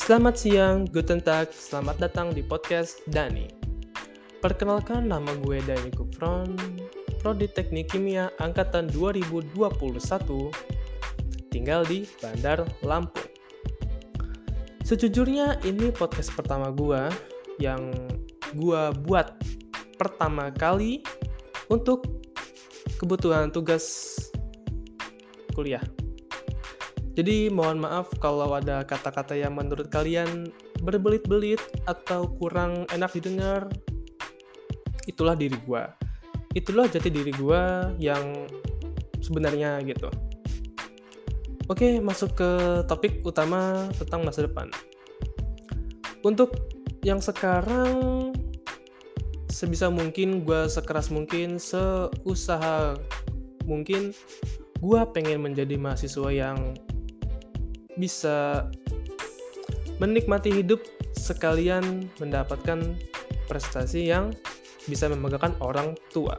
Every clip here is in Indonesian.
Selamat siang, guten tag, selamat datang di podcast Dani. Perkenalkan, nama gue Dani Gufron, Prodi Teknik Kimia Angkatan 2021, tinggal di Bandar Lampung. Sejujurnya ini podcast pertama gue yang gue buat pertama kali untuk kebutuhan tugas kuliah. Jadi mohon maaf kalau ada kata-kata yang menurut kalian berbelit-belit atau kurang enak didengar. Itulah diri gue. Itulah jati diri gue yang sebenarnya gitu. Oke, masuk ke topik utama tentang masa depan. Untuk yang sekarang, sebisa mungkin gue sekeras mungkin, seusaha mungkin, gue pengen menjadi mahasiswa yang bisa menikmati hidup sekalian mendapatkan prestasi yang bisa membanggakan orang tua.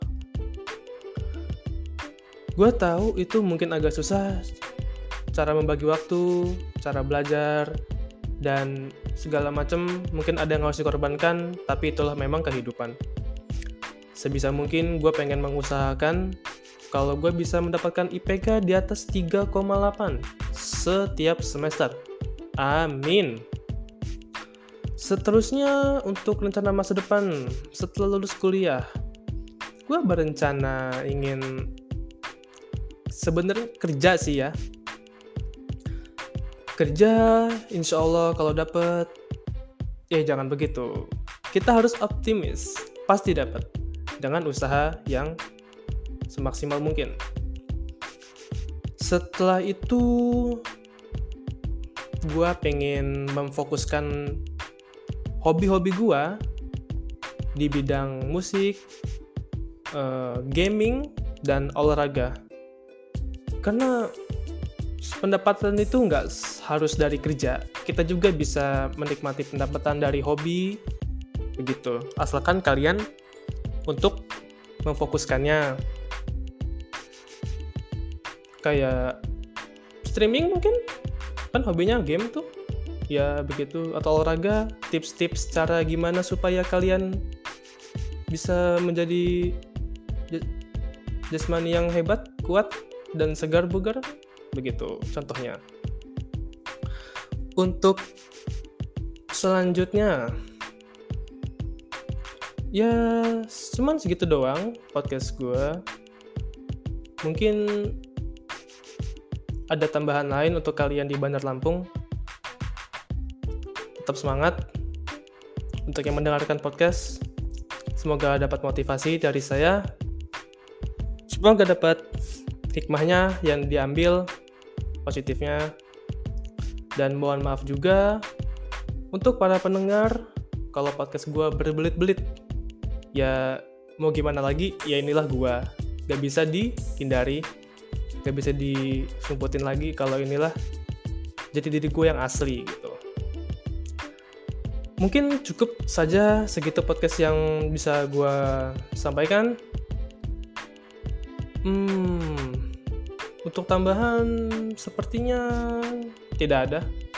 Gue tahu itu mungkin agak susah, cara membagi waktu, cara belajar, dan segala macam mungkin ada yang harus dikorbankan, tapi itulah memang kehidupan. Sebisa mungkin gue pengen mengusahakan kalau gue bisa mendapatkan IPK di atas 3,8 setiap semester. Amin. Seterusnya untuk rencana masa depan setelah lulus kuliah, gue berencana ingin sebenarnya kerja sih ya. Kerja, insya Allah kalau dapet, jangan begitu. Kita harus optimis, pasti dapat dengan usaha yang semaksimal mungkin. Setelah itu, gue pengen memfokuskan hobi-hobi gue di bidang musik, gaming, dan olahraga. Karena pendapatan itu nggak harus dari kerja. Kita juga bisa menikmati pendapatan dari hobi, begitu. Asalkan kalian untuk memfokuskannya. Kayak streaming mungkin, kan hobinya game tuh. Ya begitu, atau olahraga, tips-tips cara gimana supaya kalian bisa menjadi jasmani yang hebat, kuat, dan segar bugar. Begitu contohnya. Untuk selanjutnya, ya cuman segitu doang podcast gue. Mungkin ada tambahan lain untuk kalian di Bandar Lampung. Tetap semangat untuk yang mendengarkan podcast. Semoga dapat motivasi dari saya. Semoga dapat hikmahnya yang diambil, positifnya. Dan mohon maaf juga untuk para pendengar kalau podcast gue berbelit-belit. Ya mau gimana lagi, ya inilah gue. Gak bisa dihindari, gak bisa disumputin lagi kalau inilah jati diri gue yang asli gitu. Mungkin cukup saja segitu podcast yang bisa gue sampaikan. Untuk tambahan sepertinya tidak ada.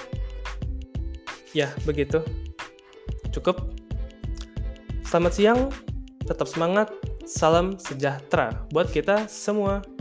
Ya begitu. Cukup. Selamat siang, tetap semangat, salam sejahtera buat kita semua.